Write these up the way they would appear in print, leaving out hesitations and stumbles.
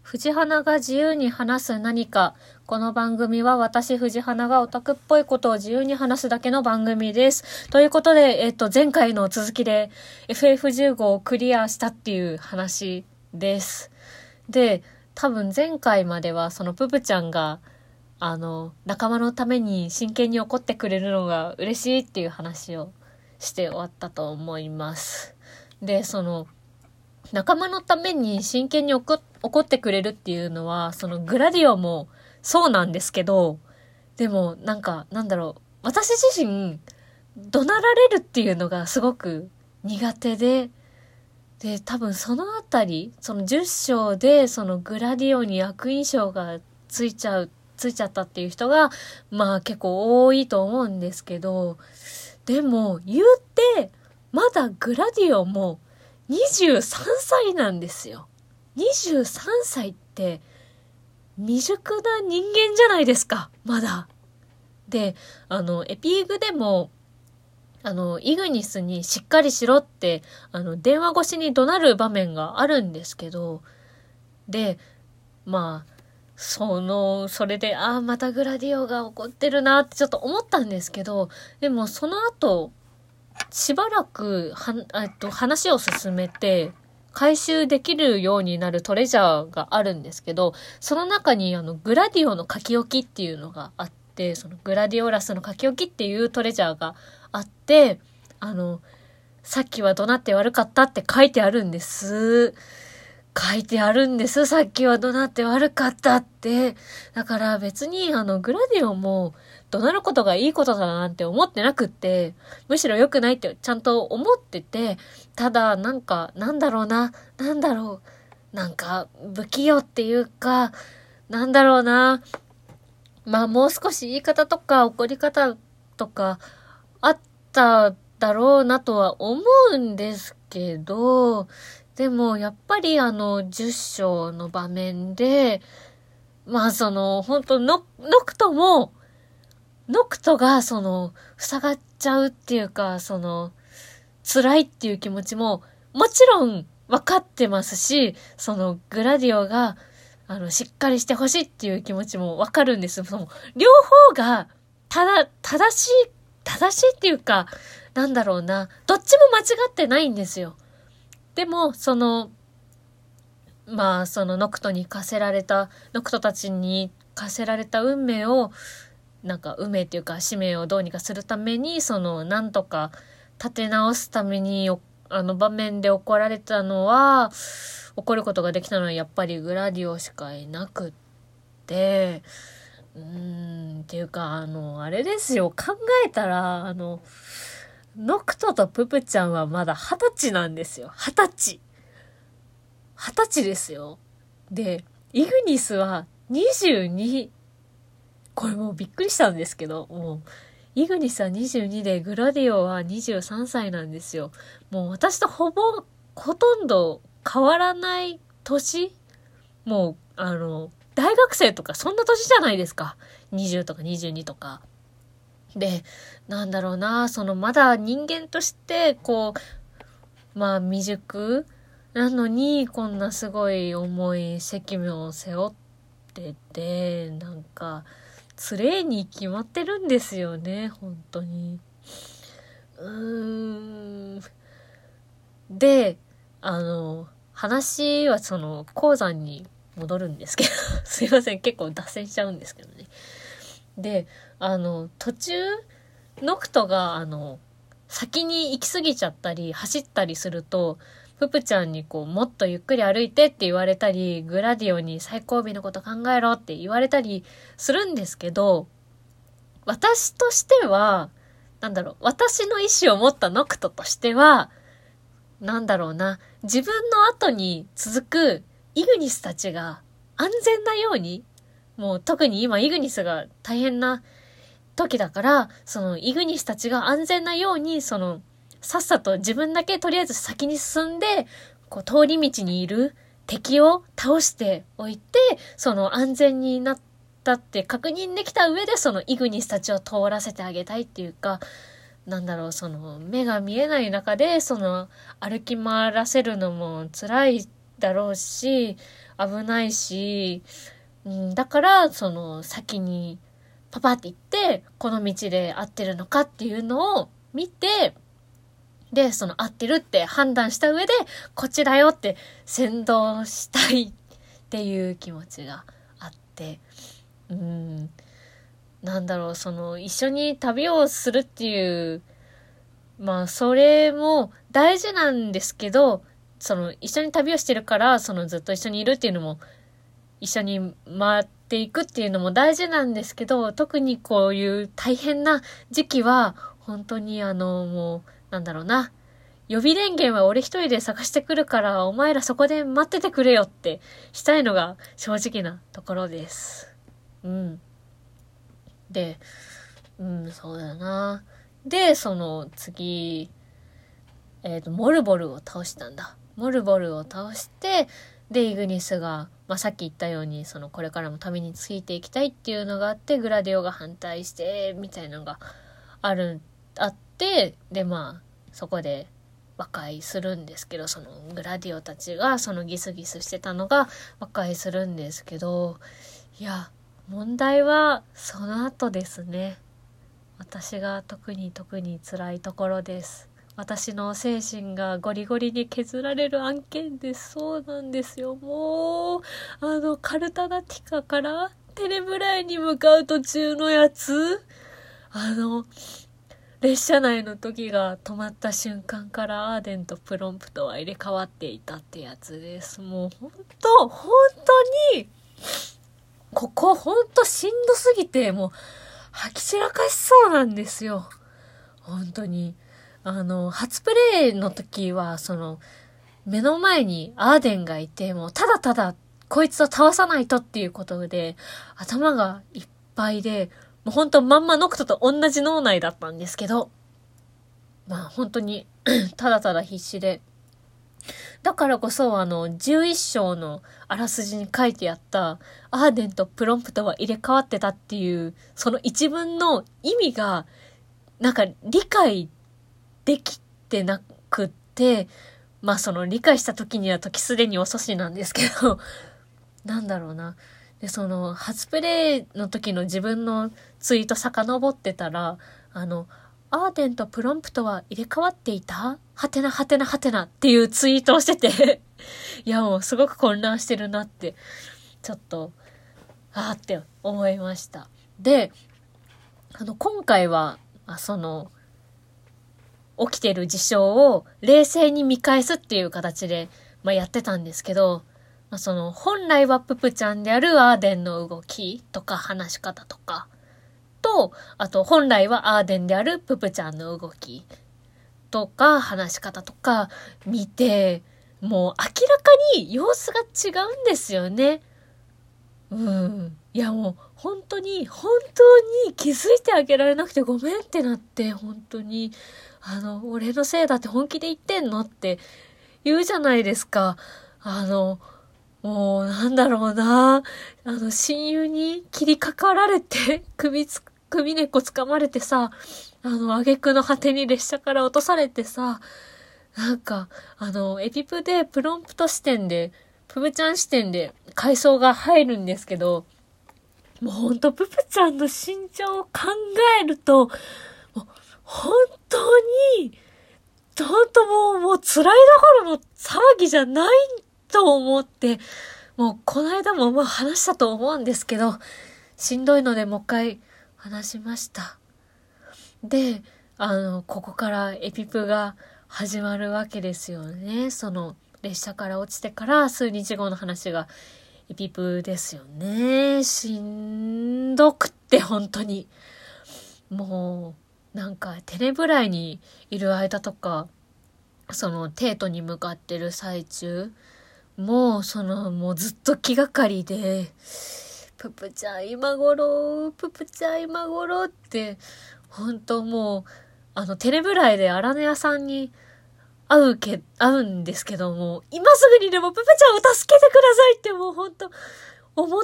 藤花が自由に話す何か。この番組は私藤花がオタクっぽいことを自由に話すだけの番組です。ということで、前回の続きで FF15 をクリアしたっていう話です。で、多分前回まではそのププちゃんが仲間のために真剣に怒ってくれるのが嬉しいっていう話をして終わったと思います。で、その仲間のために真剣に怒ってくれるっていうのは、そのグラディオもそうなんですけど、でも私自身怒鳴られるっていうのがすごく苦手で、多分そのあたり、その10章でそのグラディオに悪印象がついちゃったっていう人が、まあ結構多いと思うんですけど、でも言うて、まだグラディオも23歳なんですよ。23歳って未熟な人間じゃないですか、まだ。で、エピーグでも、イグニスにしっかりしろって、電話越しに怒鳴る場面があるんですけど、で、まあ、それで、またグラディオが怒ってるなってちょっと思ったんですけど、でもその後、しばらく話を進めて、回収できるようになるトレジャーがあるんですけど、その中にグラディオの書き置きっていうのがあって、そのグラディオラスの書き置きっていうトレジャーがあって、さっきは怒鳴って悪かったって書いてあるんです。さっきは怒鳴って悪かったって。だから別にグラディオも怒鳴ることがいいことだなんて思ってなくって、むしろ良くないってちゃんと思ってて、ただなんか不器用っていうか、まあもう少し言い方とか怒り方とかあっただろうなとは思うんですけど、でもやっぱり10章の場面で、まあ本当ノクトが塞がっちゃうっていうか、辛いっていう気持ちももちろん分かってますし、グラディオがしっかりしてほしいっていう気持ちも分かるんです。両方が正しいっていうか、どっちも間違ってないんですよ。でもノクトたちに課せられた運命を運命っていうか使命をどうにかするためになんとか立て直すために場面で怒ることができたのはやっぱりグラディオしかいなくって、っていうかあれですよ、考えたらノクトとププちゃんはまだ20歳なんですよ。20歳ですよ。で、イグニスは22。これもうびっくりしたんですけど、もう、イグニスは22で、グラディオは23歳なんですよ。もう私とほとんど変わらない年？もう、大学生とかそんな年じゃないですか。20とか22とか。で、まだ人間として、未熟なのに、こんなすごい重い責務を背負ってて、つれに決まってるんですよね、本当に。で、話は鉱山に戻るんですけど、すいません、結構脱線しちゃうんですけどね。で、途中、ノクトが、先に行き過ぎちゃったり、走ったりすると、ププちゃんにもっとゆっくり歩いてって言われたり、グラディオに最後尾のこと考えろって言われたりするんですけど、私としては、私の意思を持ったノクトとしては、自分の後に続くイグニスたちが安全なように、もう特に今イグニスが大変な時だから、イグニスたちが安全なように、さっさと自分だけとりあえず先に進んで、通り道にいる敵を倒しておいて、安全になったって確認できた上で、イグニスたちを通らせてあげたいっていうか、目が見えない中で、歩き回らせるのも辛いだろうし、 危ないし、だから、その先にパパって言って、この道で合ってるのかっていうのを見て、で、その合ってるって判断した上で、こっちだよって先導したいっていう気持ちがあって、なんだろう、その一緒に旅をするっていう、まあそれも大事なんですけど、その一緒に旅をしてるから、そのずっと一緒にいるっていうのも、一緒に回っていくっていうのも大事なんですけど、特にこういう大変な時期は、本当にもう、なんだろうな。予備電源は俺一人で探してくるから、お前らそこで待っててくれよってしたいのが正直なところです。で、そうだな。で、その次、モルボルを倒したんだ。モルボルを倒して、で、イグニスが、さっき言ったように、その、これからも旅についていきたいっていうのがあって、グラディオが反対して、みたいなのがあって、で、そこで和解するんですけど、その、グラディオたちが、そのギスギスしてたのが和解するんですけど、いや、問題は、その後ですね。私が特に辛いところです。私の精神がゴリゴリに削られる案件です。そうなんですよ。もう、カルタナティカからテレブライに向かう途中のやつ、列車内の時が止まった瞬間からアーデンとプロンプトは入れ替わっていたってやつです。もう本当に、ここ本当しんどすぎて、もう吐き散らかしそうなんですよ。本当に。初プレイの時は、目の前にアーデンがいて、もうただただこいつを倒さないとっていうことで、頭がいっぱいで、もう本当まんまノクトと同じ脳内だったんですけど、本当にただただ必死で。だからこそ11章のあらすじに書いてあったアーデンとプロンプトは入れ替わってたっていう、その一文の意味が、なんか理解できてなくって、その理解した時には時すでに遅しなんですけど、なんだろうな。で、その初プレイの時の自分のツイート遡ってたら、アーデンとプロンプトは入れ替わっていた？はてなはてなはてなっていうツイートをしてて、いやもうすごく混乱してるなって、ちょっと、って思いました。で、今回は、起きてる事象を冷静に見返すっていう形で、やってたんですけど、本来はププちゃんであるアーデンの動きとか話し方とか、と、あと本来はアーデンであるププちゃんの動きとか話し方とか見て、もう明らかに様子が違うんですよね。いやもう本当に気づいてあげられなくてごめんってなって、本当に俺のせいだって本気で言ってんのって言うじゃないですか。もうなんだろうな、親友に切りかかられて首根っこ掴まれてさ、挙句の果てに列車から落とされてさ、なんかエピプでプロンプト視点でププちゃん視点で回想が入るんですけど、もうほんとププちゃんの心情を考えると、もう本当に、もう辛いどころの騒ぎじゃないと思って、もうこの間も話したと思うんですけど、しんどいのでもう一回話しました。で、ここからエピプが始まるわけですよね。その列車から落ちてから数日後の話がエピプですよね。しんどくって本当に。もうなんかテネブライにいる間とか、そのテートに向かってる最中、もうずっと気がかりで、ププちゃん今頃って、本当もう、テレブライで荒野屋さんに会うんですけども、今すぐにでもププちゃんを助けてくださいってもう本当思って、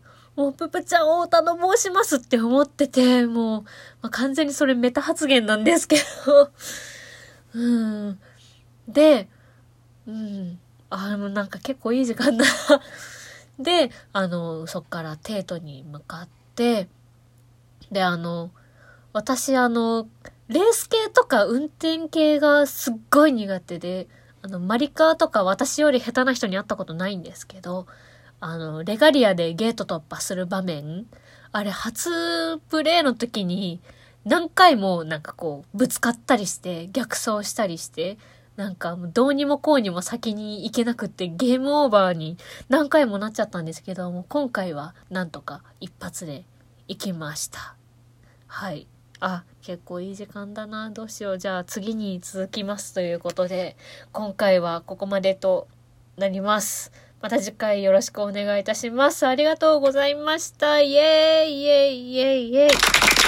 もうププちゃんを頼申しますって思ってて、もう、完全にそれメタ発言なんですけど、で、 なんか結構いい時間だ。で、そっからテートに向かって、で、私レース系とか運転系がすっごい苦手で、マリカーとか私より下手な人に会ったことないんですけど、レガリアでゲート突破する場面、あれ初プレイの時に何回もなんかこうぶつかったりして逆走したりして、なんかもうどうにもこうにも先に行けなくってゲームオーバーに何回もなっちゃったんですけども、今回はなんとか一発で行きました。はい。結構いい時間だな。どうしよう。じゃあ次に続きますということで、今回はここまでとなります。また次回よろしくお願いいたします。ありがとうございました。イエーイイエーイイエーイイエーイ。